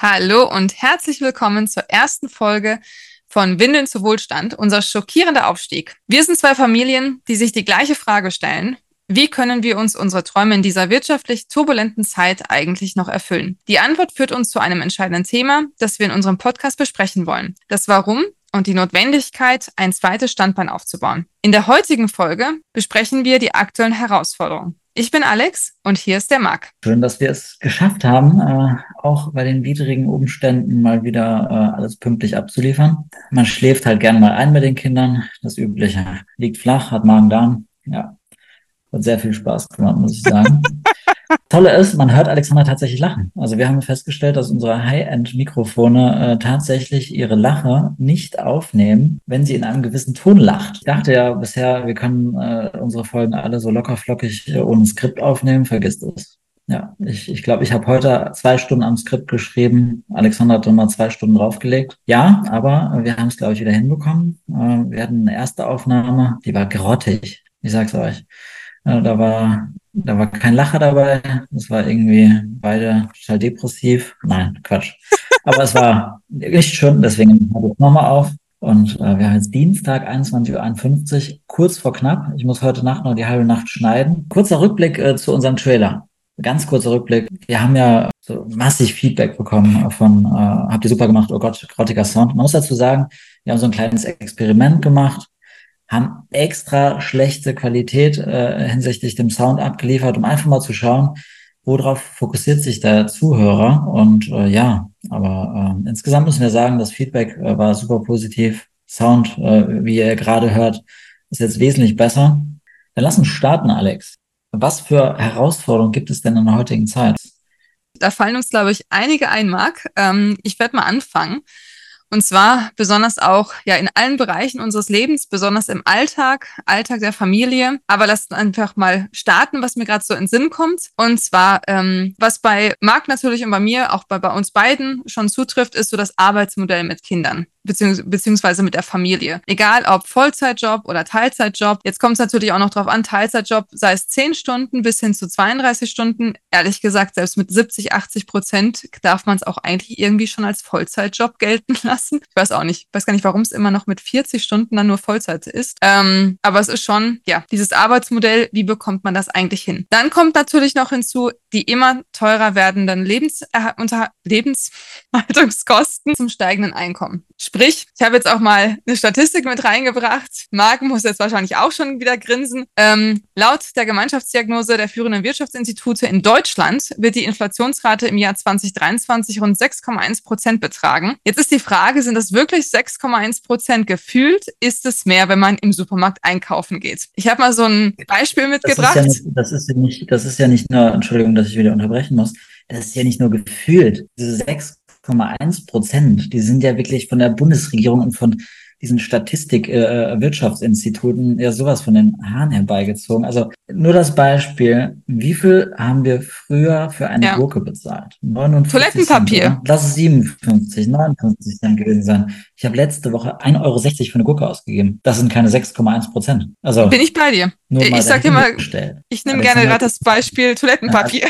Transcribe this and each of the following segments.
Hallo und herzlich willkommen zur ersten Folge von Windeln zu Wohlstand, unser schockierender Aufstieg. Wir sind zwei Familien, die sich die gleiche Frage stellen. Wie können wir uns unsere Träume in dieser wirtschaftlich turbulenten Zeit eigentlich noch erfüllen? Die Antwort führt uns zu einem entscheidenden Thema, das wir in unserem Podcast besprechen wollen. Das Warum und die Notwendigkeit, ein zweites Standbein aufzubauen. In der heutigen Folge besprechen wir die aktuellen Herausforderungen. Ich bin Alex und hier ist der Marc. Schön, dass wir es geschafft haben, auch bei den widrigen Umständen mal wieder alles pünktlich abzuliefern. Man schläft halt gern mal ein mit den Kindern, das Übliche. Liegt flach, hat Magen-Darm. Ja, hat sehr viel Spaß gemacht, muss ich sagen. Tolle ist, man hört Alexandra tatsächlich lachen. Also wir haben festgestellt, dass unsere High-End-Mikrofone tatsächlich ihre Lache nicht aufnehmen, wenn sie in einem gewissen Ton lacht. Ich dachte ja bisher, wir können unsere Folgen alle so locker flockig ohne Skript aufnehmen. Vergisst es. Ja, ich glaube, ich habe heute 2 Stunden am Skript geschrieben. Alexandra hat nochmal 2 Stunden draufgelegt. Ja, aber wir haben es, glaube ich, wieder hinbekommen. Wir hatten eine erste Aufnahme, die war grottig. Ich sag's euch. Da war kein Lacher dabei. Es war irgendwie beide total depressiv. Nein, Quatsch. Aber es war echt schön, deswegen habe ich nochmal auf. Und wir haben jetzt Dienstag, 21:51 Uhr, kurz vor knapp. Ich muss heute Nacht noch die halbe Nacht schneiden. Kurzer Rückblick zu unserem Trailer. Ganz kurzer Rückblick. Wir haben ja so massig Feedback bekommen von, habt ihr super gemacht, oh Gott, grottiger Sound. Man muss dazu sagen, wir haben so ein kleines Experiment gemacht, haben extra schlechte Qualität hinsichtlich dem Sound abgeliefert, um einfach mal zu schauen, worauf fokussiert sich der Zuhörer. Und aber insgesamt müssen wir sagen, das Feedback war super positiv. Sound, wie ihr gerade hört, ist jetzt wesentlich besser. Dann lass uns starten, Alex. Was für Herausforderungen gibt es denn in der heutigen Zeit? Da fallen uns, glaube ich, einige ein, Marc. Ich werde mal anfangen. Und zwar besonders auch ja in allen Bereichen unseres Lebens, besonders im Alltag der Familie. Aber lasst uns einfach mal starten, was mir gerade so in den Sinn kommt. Und zwar, was bei Marc natürlich und bei mir, auch bei uns beiden schon zutrifft, ist so das Arbeitsmodell mit Kindern. Beziehungsweise mit der Familie. Egal ob Vollzeitjob oder Teilzeitjob. Jetzt kommt es natürlich auch noch drauf an, Teilzeitjob, sei es 10 Stunden bis hin zu 32 Stunden. Ehrlich gesagt, selbst mit 70-80% darf man es auch eigentlich irgendwie schon als Vollzeitjob gelten lassen. Ich weiß auch nicht, ich weiß gar nicht, warum es immer noch mit 40 Stunden dann nur Vollzeit ist. Aber es ist schon, ja, dieses Arbeitsmodell, wie bekommt man das eigentlich hin? Dann kommt natürlich noch hinzu, die immer teurer werdenden Lebenshaltungskosten zum steigenden Einkommen. Sprich, ich habe jetzt auch mal eine Statistik mit reingebracht. Marc muss jetzt wahrscheinlich auch schon wieder grinsen. Laut der Gemeinschaftsdiagnose der führenden Wirtschaftsinstitute in Deutschland wird die Inflationsrate im Jahr 2023 rund 6,1% betragen. Jetzt ist die Frage, sind das wirklich 6,1%? Gefühlt ist es mehr, wenn man im Supermarkt einkaufen geht. Ich habe mal so ein Beispiel mitgebracht. Das ist ja nicht nur, Entschuldigung, dass ich wieder unterbrechen muss, das ist ja nicht nur gefühlt. Diese 6,1%, die sind ja wirklich von der Bundesregierung und von diesen Wirtschaftsinstituten ja sowas von den Haaren herbeigezogen. Also nur das Beispiel, wie viel haben wir früher für eine Gurke bezahlt? 59 Toilettenpapier. Cent, lass es 57, 59 Cent gewesen sein. Ich habe letzte Woche 1,60 € für eine Gurke ausgegeben. Das sind keine 6,1%. Also bin ich bei dir. Ich sag dir mal, ich nehme gerne gerade das Beispiel Toilettenpapier.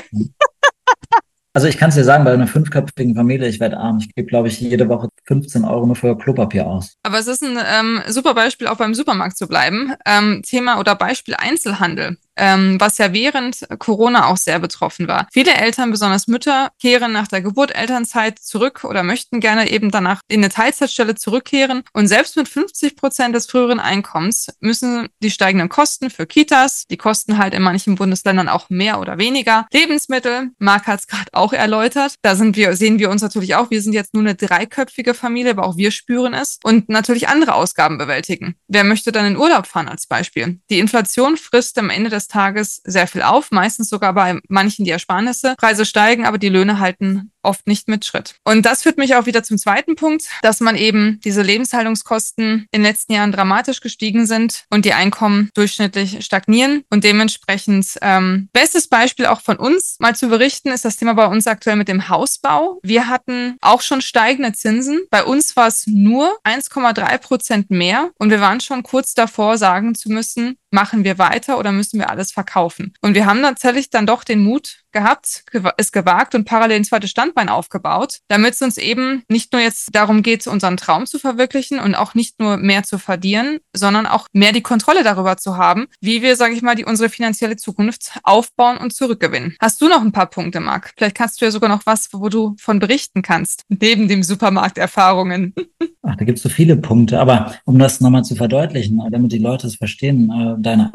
Also ich kann es dir sagen, bei einer 5-köpfigen Familie, ich werde arm. Ich gebe, glaube ich, jede Woche 15 € nur für Klopapier aus. Aber es ist ein super Beispiel, auch beim Supermarkt zu bleiben. Thema oder Beispiel Einzelhandel. Was ja während Corona auch sehr betroffen war. Viele Eltern, besonders Mütter, kehren nach der Geburt Elternzeit zurück oder möchten gerne eben danach in eine Teilzeitstelle zurückkehren. Und selbst mit 50% des früheren Einkommens müssen die steigenden Kosten für Kitas, die kosten halt in manchen Bundesländern auch mehr oder weniger, Lebensmittel, Marc hat es gerade auch erläutert, da sehen wir uns natürlich auch, wir sind jetzt nur eine 3-köpfige Familie, aber auch wir spüren es und natürlich andere Ausgaben bewältigen. Wer möchte dann in Urlaub fahren als Beispiel? Die Inflation frisst am Ende des Tages sehr viel auf, meistens sogar bei manchen die Ersparnisse. Preise steigen, aber die Löhne halten oft nicht mit Schritt. Und das führt mich auch wieder zum zweiten Punkt, dass man eben diese Lebenshaltungskosten in den letzten Jahren dramatisch gestiegen sind und die Einkommen durchschnittlich stagnieren. Und dementsprechend, bestes Beispiel auch von uns mal zu berichten, ist das Thema bei uns aktuell mit dem Hausbau. Wir hatten auch schon steigende Zinsen. Bei uns war es nur 1,3% mehr und wir waren schon kurz davor, sagen zu müssen, machen wir weiter oder müssen wir alles verkaufen? Und wir haben tatsächlich dann doch den Mut gehabt, ist gewagt und parallel ein zweites Standbein aufgebaut, damit es uns eben nicht nur jetzt darum geht, unseren Traum zu verwirklichen und auch nicht nur mehr zu verdienen, sondern auch mehr die Kontrolle darüber zu haben, wie wir, sage ich mal, unsere finanzielle Zukunft aufbauen und zurückgewinnen. Hast du noch ein paar Punkte, Marc? Vielleicht kannst du ja sogar noch was, wo du von berichten kannst, neben dem Supermarkterfahrungen. Ach, da gibt es so viele Punkte, aber um das nochmal zu verdeutlichen, damit die Leute es verstehen, deine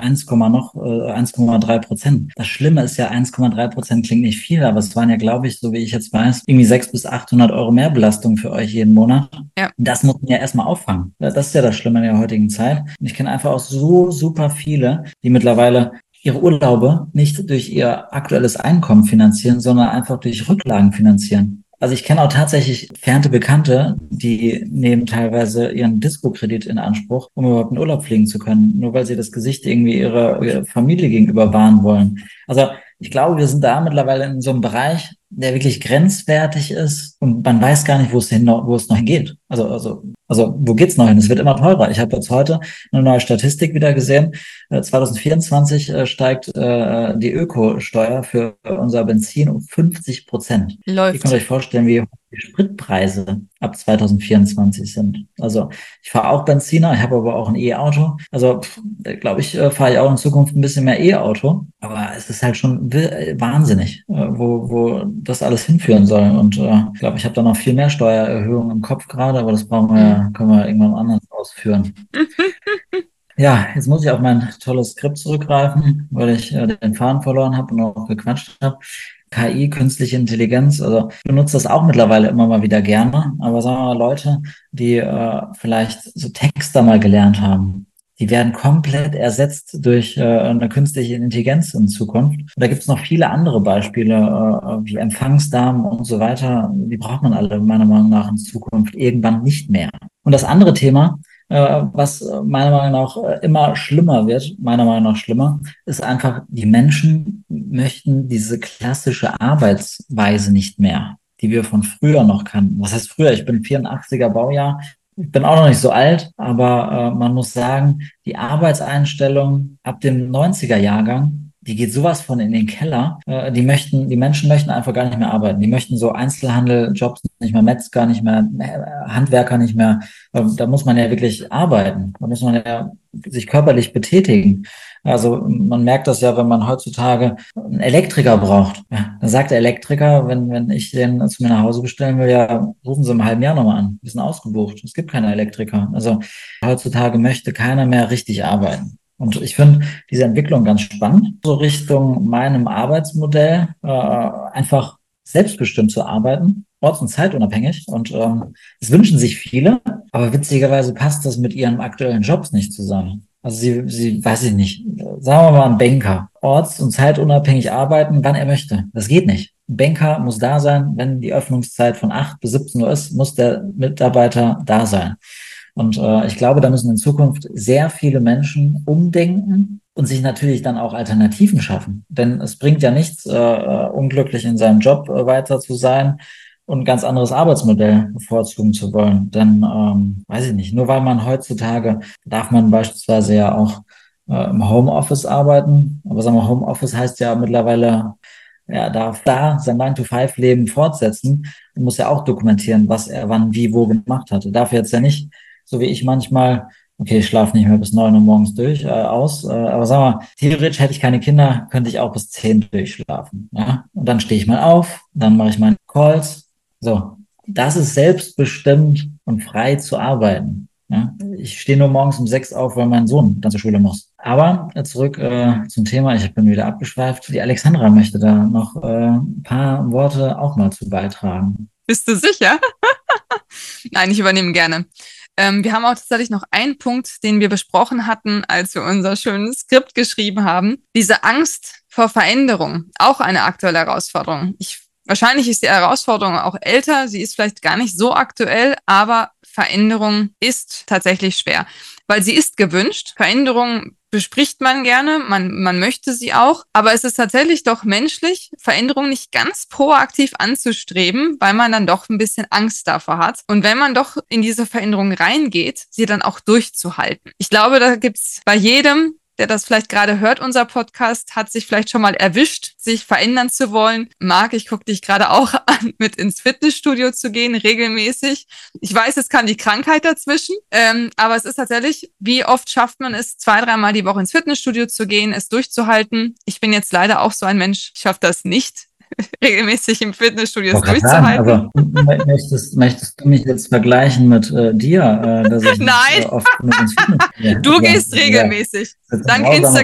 1,3%. Das Schlimme ist ja, 1,3% klingt nicht viel, aber es waren ja, glaube ich, so wie ich jetzt weiß, irgendwie 600 bis 800 Euro mehr Belastung für euch jeden Monat. Ja. Das muss man ja erstmal auffangen. Das ist ja das Schlimme in der heutigen Zeit. Und ich kenne einfach auch so super viele, die mittlerweile ihre Urlaube nicht durch ihr aktuelles Einkommen finanzieren, sondern einfach durch Rücklagen finanzieren. Also ich kenne auch tatsächlich entfernte Bekannte, die nehmen teilweise ihren Dispo-Kredit in Anspruch, um überhaupt in Urlaub fliegen zu können, nur weil sie das Gesicht irgendwie ihrer Familie gegenüber wahren wollen. Also ich glaube, wir sind da mittlerweile in so einem Bereich, der wirklich grenzwertig ist und man weiß gar nicht, wo es noch hingeht. Also wo geht's noch hin? Es wird immer teurer. Ich habe jetzt heute eine neue Statistik wieder gesehen. 2024 steigt die Ökosteuer für unser Benzin um 50%. Läuft. Ihr könnt euch vorstellen, wie die Spritpreise ab 2024 sind. Also ich fahre auch Benziner, ich habe aber auch ein E-Auto. Also glaube ich, fahre ich auch in Zukunft ein bisschen mehr E-Auto. Aber es ist halt schon wahnsinnig, wo das alles hinführen soll. Und ich glaube, ich habe da noch viel mehr Steuererhöhungen im Kopf gerade, aber das können wir irgendwann anders ausführen. Ja, jetzt muss ich auf mein tolles Skript zurückgreifen, weil ich den Faden verloren habe und auch gequatscht habe. KI, künstliche Intelligenz, also ich benutze das auch mittlerweile immer mal wieder gerne, aber sagen wir mal, Leute, die vielleicht so Texter mal gelernt haben, die werden komplett ersetzt durch eine künstliche Intelligenz in Zukunft. Und da gibt es noch viele andere Beispiele, wie Empfangsdamen und so weiter, die braucht man alle meiner Meinung nach in Zukunft irgendwann nicht mehr. Und das andere Thema, was meiner Meinung nach immer schlimmer wird, ist einfach, die Menschen möchten diese klassische Arbeitsweise nicht mehr, die wir von früher noch kannten. Was heißt früher? Ich bin 84er Baujahr. Ich bin auch noch nicht so alt, aber man muss sagen, die Arbeitseinstellung ab dem 90er Jahrgang, die geht sowas von in den Keller. Die Menschen möchten einfach gar nicht mehr arbeiten. Die möchten so Einzelhandel-Jobs nicht mehr, Metzger nicht mehr, Handwerker nicht mehr. Da muss man ja wirklich arbeiten. Da muss man ja sich körperlich betätigen. Also man merkt das ja, wenn man heutzutage einen Elektriker braucht. Ja, dann sagt der Elektriker, wenn ich den zu mir nach Hause bestellen will, ja, rufen Sie im halben Jahr nochmal an. Wir sind ausgebucht. Es gibt keine Elektriker. Also heutzutage möchte keiner mehr richtig arbeiten. Und ich finde diese Entwicklung ganz spannend, so Richtung meinem Arbeitsmodell, einfach selbstbestimmt zu arbeiten, orts- und zeitunabhängig. Und das wünschen sich viele, aber witzigerweise passt das mit ihren aktuellen Jobs nicht zusammen. Also sie, weiß ich nicht, sagen wir mal ein Banker, orts- und zeitunabhängig arbeiten, wann er möchte. Das geht nicht. Ein Banker muss da sein, wenn die Öffnungszeit von 8 bis 17 Uhr ist, muss der Mitarbeiter da sein. Und ich glaube, da müssen in Zukunft sehr viele Menschen umdenken und sich natürlich dann auch Alternativen schaffen. Denn es bringt ja nichts, unglücklich in seinem Job weiter zu sein und ein ganz anderes Arbeitsmodell bevorzugen zu wollen. Denn, weiß ich nicht, nur weil man heutzutage, darf man beispielsweise ja auch im Homeoffice arbeiten. Aber sagen wir, Homeoffice heißt ja mittlerweile, er darf da sein 9-to-5-Leben fortsetzen und muss ja auch dokumentieren, was er wann, wie, wo gemacht hat. Er darf jetzt ja nicht, so wie ich manchmal, okay, ich schlafe nicht mehr bis 9 Uhr morgens aus, aber sag mal, theoretisch hätte ich keine Kinder, könnte ich auch bis 10 durchschlafen. Ja? Und dann stehe ich mal auf, dann mache ich meine Calls. So, das ist selbstbestimmt und frei zu arbeiten. Ja? Ich stehe nur morgens um 6 auf, weil mein Sohn dann zur Schule muss. Aber zurück zum Thema, ich bin wieder abgeschweift. Die Alexandra möchte da noch ein paar Worte auch mal zu beitragen. Bist du sicher? Nein, ich übernehme gerne. Wir haben auch tatsächlich noch einen Punkt, den wir besprochen hatten, als wir unser schönes Skript geschrieben haben. Diese Angst vor Veränderung, auch eine aktuelle Herausforderung. Wahrscheinlich ist die Herausforderung auch älter, sie ist vielleicht gar nicht so aktuell, aber Veränderung ist tatsächlich schwer, weil sie ist gewünscht. Veränderung bespricht man gerne, man möchte sie auch, aber es ist tatsächlich doch menschlich, Veränderung nicht ganz proaktiv anzustreben, weil man dann doch ein bisschen Angst davor hat. Und wenn man doch in diese Veränderung reingeht, sie dann auch durchzuhalten. Ich glaube, da gibt's bei jedem der das vielleicht gerade hört, unser Podcast, hat sich vielleicht schon mal erwischt, sich verändern zu wollen. Marc, ich gucke dich gerade auch an, mit ins Fitnessstudio zu gehen, regelmäßig. Ich weiß, es kam die Krankheit dazwischen, aber es ist tatsächlich, wie oft schafft man es, 2-3 Mal die Woche ins Fitnessstudio zu gehen, es durchzuhalten. Ich bin jetzt leider auch so ein Mensch, ich schaffe das nicht, regelmäßig im Fitnessstudio es durchzuhalten. Also möchtest du mich jetzt vergleichen mit dir, dass ich nicht Nein, oft genug ins Fitnessstudio du gehst regelmäßig. Dank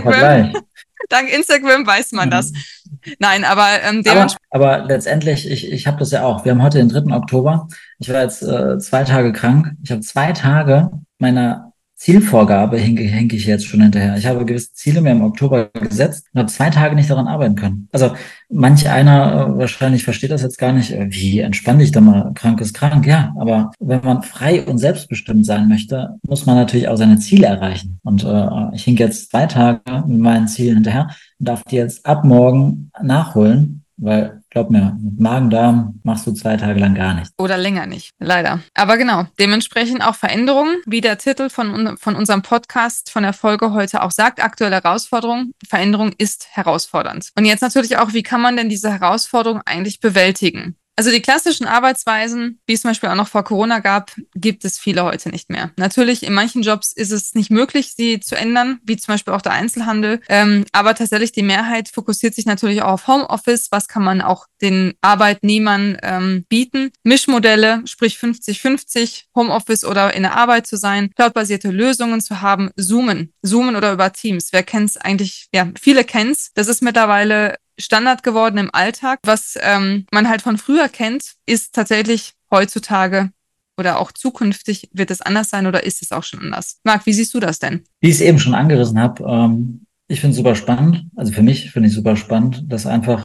Instagram weiß man das. Nein, aber aber letztendlich, ich habe das ja auch. Wir haben heute den 3. Oktober. Ich war jetzt 2 Tage krank. Ich habe 2 Tage meiner Zielvorgabe hinke ich jetzt schon hinterher. Ich habe gewisse Ziele mir im Oktober gesetzt und habe 2 Tage nicht daran arbeiten können. Also manch einer wahrscheinlich versteht das jetzt gar nicht. Wie entspann dich doch mal, krank ist krank. Ja, aber wenn man frei und selbstbestimmt sein möchte, muss man natürlich auch seine Ziele erreichen. Und ich hinke jetzt 2 Tage mit meinen Zielen hinterher und darf die jetzt ab morgen nachholen. Weil, glaub mir, mit Magen-Darm machst du 2 Tage lang gar nichts. Oder länger nicht, leider. Aber genau, dementsprechend auch Veränderungen, wie der Titel von unserem Podcast, von der Folge heute auch sagt, aktuelle Herausforderung. Veränderung ist herausfordernd. Und jetzt natürlich auch, wie kann man denn diese Herausforderung eigentlich bewältigen? Also die klassischen Arbeitsweisen, wie es zum Beispiel auch noch vor Corona gab, gibt es viele heute nicht mehr. Natürlich, in manchen Jobs ist es nicht möglich, sie zu ändern, wie zum Beispiel auch der Einzelhandel. Aber tatsächlich die Mehrheit fokussiert sich natürlich auch auf Homeoffice. Was kann man auch den Arbeitnehmern bieten? Mischmodelle, sprich 50-50, Homeoffice oder in der Arbeit zu sein, cloudbasierte Lösungen zu haben, Zoomen oder über Teams. Wer kennt's eigentlich? Ja, viele kennen's. Das ist mittlerweile Standard geworden im Alltag. Was man halt von früher kennt, ist tatsächlich heutzutage oder auch zukünftig, wird es anders sein oder ist es auch schon anders? Marc, wie siehst du das denn? Wie ich es eben schon angerissen habe, ich finde es super spannend. Also für mich finde ich super spannend, dass einfach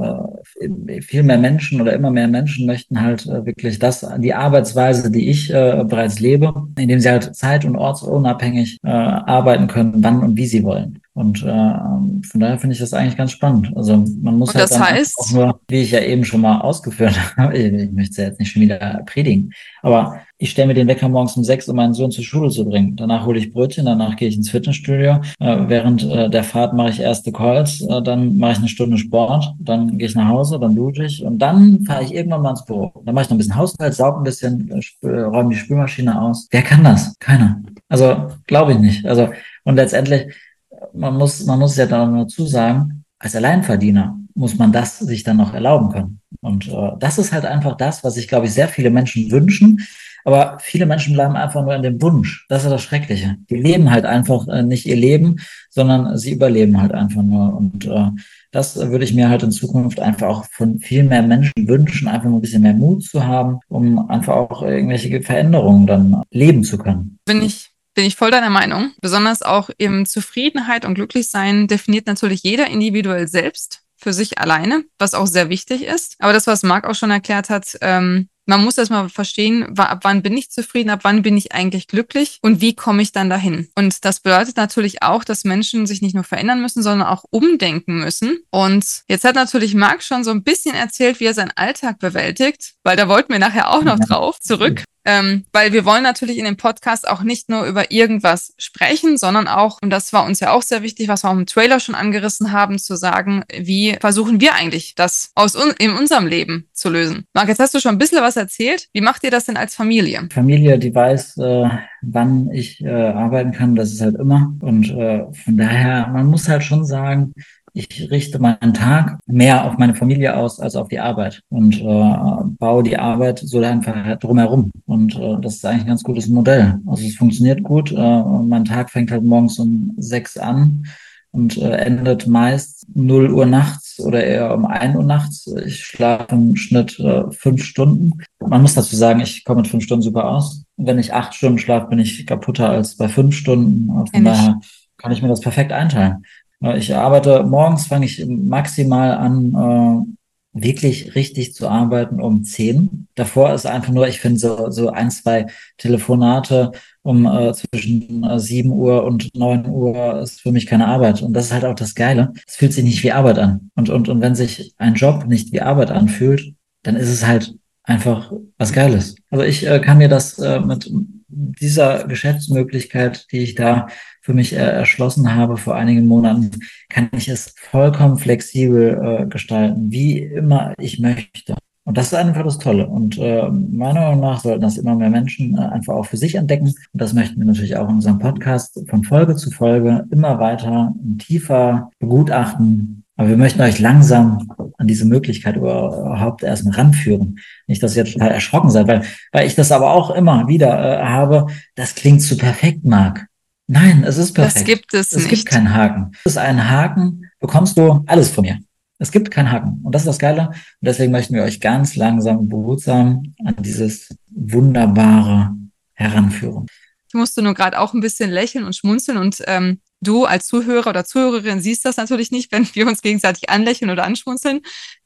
viel mehr Menschen oder immer mehr Menschen möchten halt wirklich die Arbeitsweise, die ich bereits lebe, indem sie halt zeit- und ortsunabhängig arbeiten können, wann und wie sie wollen. Und von daher finde ich das eigentlich ganz spannend. Also man muss Und halt das dann heißt, auch nur, wie ich ja eben schon mal ausgeführt habe, ich möchte es ja jetzt nicht schon wieder predigen, aber ich stelle mir den Wecker morgens um 6, um meinen Sohn zur Schule zu bringen. Danach hole ich Brötchen, danach gehe ich ins Fitnessstudio. Während der Fahrt mache ich erste Calls, dann mache ich eine Stunde Sport, dann gehe ich nach Hause, dann dusche ich und dann fahre ich irgendwann mal ins Büro. Dann mache ich noch ein bisschen Haushalt, sauge ein bisschen, räume die Spülmaschine aus. Wer kann das? Keiner. Also glaube ich nicht. Also und letztendlich man muss ja dann nur dazu sagen, als Alleinverdiener muss man das sich dann noch erlauben können. Und das ist halt einfach das, was sich, glaube ich, sehr viele Menschen wünschen. Aber viele Menschen bleiben einfach nur in dem Wunsch. Das ist das Schreckliche. Die leben halt einfach nicht ihr Leben, sondern sie überleben halt einfach nur. Und das würde ich mir halt in Zukunft einfach auch von viel mehr Menschen wünschen, einfach mal ein bisschen mehr Mut zu haben, um einfach auch irgendwelche Veränderungen dann leben zu können. Bin ich voll deiner Meinung. Besonders auch eben Zufriedenheit und Glücklichsein definiert natürlich jeder individuell selbst für sich alleine, was auch sehr wichtig ist. Aber das, was Marc auch schon erklärt hat, man muss erstmal verstehen, ab wann bin ich zufrieden, ab wann bin ich eigentlich glücklich und wie komme ich dann dahin. Und das bedeutet natürlich auch, dass Menschen sich nicht nur verändern müssen, sondern auch umdenken müssen. Und jetzt hat natürlich Marc schon so ein bisschen erzählt, wie er seinen Alltag bewältigt, weil da wollten wir nachher auch noch drauf zurück. Weil wir wollen natürlich in dem Podcast auch nicht nur über irgendwas sprechen, sondern auch, und das war uns ja auch sehr wichtig, was wir auch im Trailer schon angerissen haben, zu sagen, wie versuchen wir eigentlich das in unserem Leben zu lösen. Marc, jetzt hast du schon ein bisschen was erzählt. Wie macht ihr das denn als Familie? Familie, die weiß, wann ich arbeiten kann, das ist halt immer. Und von daher, man muss halt schon sagen, ich richte meinen Tag mehr auf meine Familie aus als auf die Arbeit und baue die Arbeit so einfach drumherum. Und das ist eigentlich ein ganz gutes Modell. Also es funktioniert gut. Mein Tag fängt halt morgens um 6 an und endet meist 0 Uhr nachts oder eher um 1 Uhr nachts. Ich schlafe im Schnitt 5 Stunden. Man muss dazu sagen, ich komme mit 5 Stunden super aus. Wenn ich 8 Stunden schlafe, bin ich kaputter als bei 5 Stunden. Von daher kann ich mir das perfekt einteilen. Ich arbeite, morgens fange ich maximal an, wirklich richtig zu arbeiten um 10. Davor ist einfach nur, ich finde so 1, 2 Telefonate zwischen 7 Uhr und 9 Uhr ist für mich keine Arbeit. Und das ist halt auch das Geile. Es fühlt sich nicht wie Arbeit an. Und wenn sich ein Job nicht wie Arbeit anfühlt, dann ist es halt einfach was Geiles. Also ich kann mir das mit dieser Geschäftsmöglichkeit, die ich da für mich erschlossen habe vor einigen Monaten, kann ich es vollkommen flexibel gestalten, wie immer ich möchte. Und das ist einfach das Tolle. Und meiner Meinung nach sollten das immer mehr Menschen einfach auch für sich entdecken. Und das möchten wir natürlich auch in unserem Podcast von Folge zu Folge immer weiter und tiefer begutachten. Aber wir möchten euch langsam an diese Möglichkeit überhaupt erstmal ranführen. Nicht, dass ihr total erschrocken seid, weil ich das aber auch immer wieder habe. Das klingt zu perfekt, Marc. Nein, es ist Das perfekt. gibt es Es gibt nicht. keinen Haken. Es ist ein Haken, bekommst du alles von mir. Es gibt keinen Haken. Und das ist das Geile. Und deswegen möchten wir euch ganz langsam und behutsam an dieses Wunderbare heranführen. Ich musste nur gerade auch ein bisschen lächeln und schmunzeln und du als Zuhörer oder Zuhörerin siehst das natürlich nicht, wenn wir uns gegenseitig anlächeln oder anschmunzeln,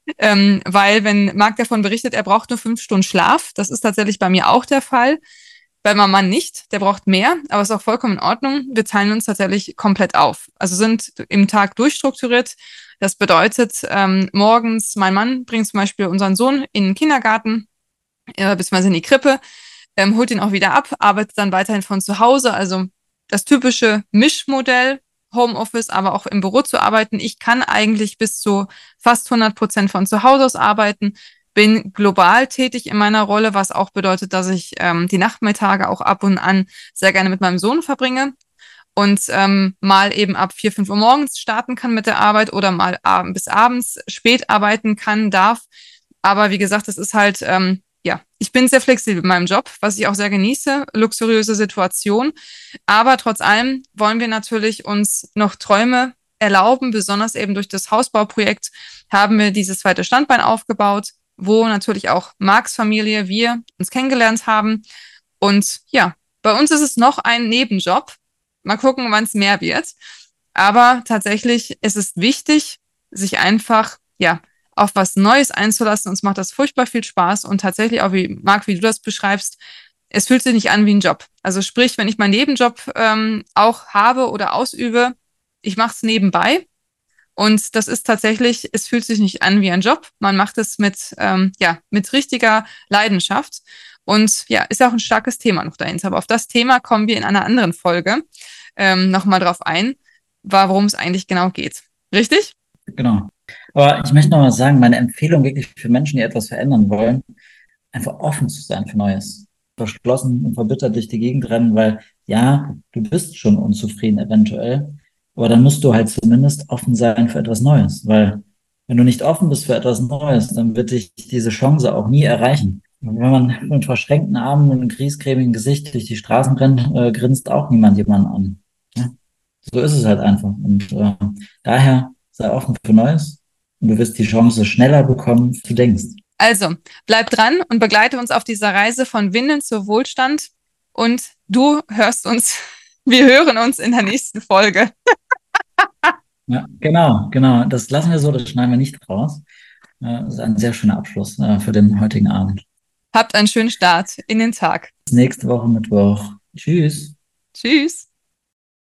weil wenn Marc davon berichtet, er braucht nur 5 Stunden Schlaf, das ist tatsächlich bei mir auch der Fall. Bei meinem Mann nicht, der braucht mehr, aber ist auch vollkommen in Ordnung. Wir teilen uns tatsächlich komplett auf. Also sind im Tag durchstrukturiert. Das bedeutet, morgens, mein Mann bringt zum Beispiel unseren Sohn in den Kindergarten, beziehungsweise in die Krippe, holt ihn auch wieder ab, arbeitet dann weiterhin von zu Hause. Also das typische Mischmodell, Homeoffice, aber auch im Büro zu arbeiten. Ich kann eigentlich bis zu fast 100% von zu Hause aus arbeiten, bin global tätig in meiner Rolle, was auch bedeutet, dass ich die Nachmittage auch ab und an sehr gerne mit meinem Sohn verbringe und mal eben ab 4, 5 Uhr morgens starten kann mit der Arbeit oder mal bis abends spät arbeiten kann, darf. Aber wie gesagt, es ist halt, ja, ich bin sehr flexibel in meinem Job, was ich auch sehr genieße, luxuriöse Situation. Aber trotz allem wollen wir natürlich uns noch Träume erlauben, besonders eben durch das Hausbauprojekt haben wir dieses zweite Standbein aufgebaut, wo natürlich auch Marks Familie, wir uns kennengelernt haben. Und ja, bei uns ist es noch ein Nebenjob. Mal gucken, wann es mehr wird. Aber tatsächlich ist es wichtig, sich einfach, ja, auf was Neues einzulassen. Uns macht das furchtbar viel Spaß und tatsächlich auch, wie Marc, wie du das beschreibst, es fühlt sich nicht an wie ein Job. Also sprich, wenn ich meinen Nebenjob auch habe oder ausübe, ich mache es nebenbei und das ist tatsächlich, es fühlt sich nicht an wie ein Job. Man macht es mit, ja, mit richtiger Leidenschaft. Und ja, ist auch ein starkes Thema noch dahinter. Aber auf das Thema kommen wir in einer anderen Folge nochmal drauf ein, worum es eigentlich genau geht. Richtig? Genau. Aber ich möchte noch mal sagen, meine Empfehlung wirklich für Menschen, die etwas verändern wollen, einfach offen zu sein für Neues. Verschlossen und verbittert durch die Gegend rennen, weil ja, du bist schon unzufrieden eventuell, aber dann musst du halt zumindest offen sein für etwas Neues, weil wenn du nicht offen bist für etwas Neues, dann wird dich diese Chance auch nie erreichen. Und wenn man mit verschränkten Armen und einem griesgrämigen Gesicht durch die Straßen rennt, grinst auch niemand jemanden an. Ja? So ist es halt einfach. Und daher sei offen für Neues und du wirst die Chance schneller bekommen, als du denkst. Also, bleib dran und begleite uns auf dieser Reise von Windeln zu Wohlstand. Und du hörst uns, wir hören uns in der nächsten Folge. Ja, genau. Das lassen wir so, das schneiden wir nicht raus. Das ist ein sehr schöner Abschluss für den heutigen Abend. Habt einen schönen Start in den Tag. Bis nächste Woche Mittwoch. Tschüss. Tschüss.